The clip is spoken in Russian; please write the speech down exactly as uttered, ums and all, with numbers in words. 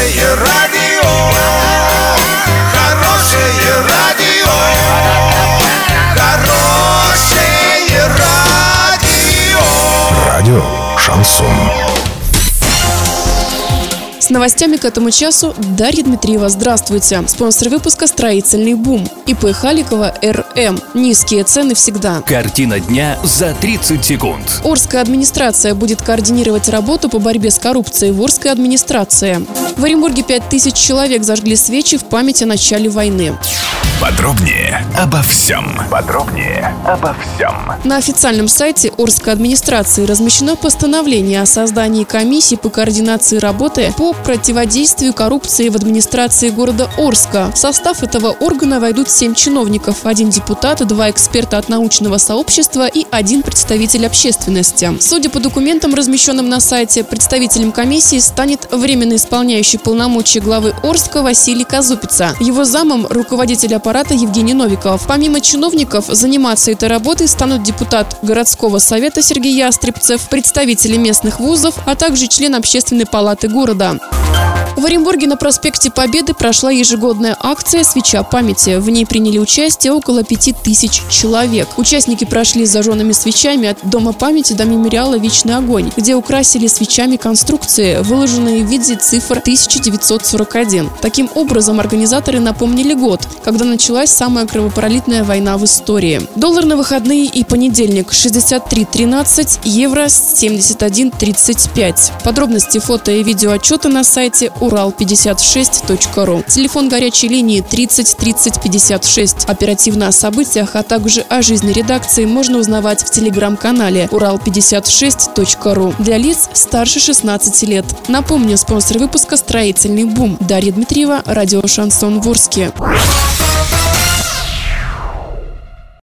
Хорошее радио, хорошее радио, хорошее радио. Радио Шансон. С новостями к этому часу Дарья Дмитриева. Здравствуйте. Спонсор выпуска «Строительный бум». ИП Халикова РМ. Низкие цены всегда. Картина дня за тридцать секунд. Орская администрация будет координировать работу по борьбе с коррупцией в Орской администрации. В Оренбурге пять тысяч человек зажгли свечи в память о начале войны. Подробнее обо всем. Подробнее обо всем. На официальном сайте Орской администрации размещено постановление о создании комиссии по координации работы по противодействию коррупции в администрации города Орска. В состав этого органа войдут семь чиновников, один депутат, два эксперта от научного сообщества и один представитель общественности. Судя по документам, размещенным на сайте, представителем комиссии станет временно исполняющий полномочия главы Орска Василий Казупица. Его замом – руководитель аппарата Евгений Новиков. Помимо чиновников, заниматься этой работой станут депутат городского совета Сергей Ястребцев, представители местных вузов, а также член общественной палаты города. В Оренбурге на проспекте Победы прошла ежегодная акция «Свеча памяти». В ней приняли участие около пяти тысяч человек. Участники прошли с зажженными свечами от Дома памяти до мемориала «Вечный огонь», где украсили свечами конструкции, выложенные в виде цифр тысяча девятьсот сорок один. Таким образом, организаторы напомнили год, когда началась самая кровопролитная война в истории. Доллар на выходные и понедельник – шестьдесят три тринадцать, евро – семьдесят один тридцать пять. Подробности, фото и видео отчета на сайте урал пятьдесят шесть точка ру. Телефон горячей линии тридцать тридцать пятьдесят шесть. Оперативно о событиях, а также о жизни редакции можно узнавать в телеграм-канале урал пятьдесят шесть точка ру для лиц старше шестнадцати лет. Напомню, спонсор выпуска «Строительный бум». Дарья Дмитриева, радио Шансон в Орске.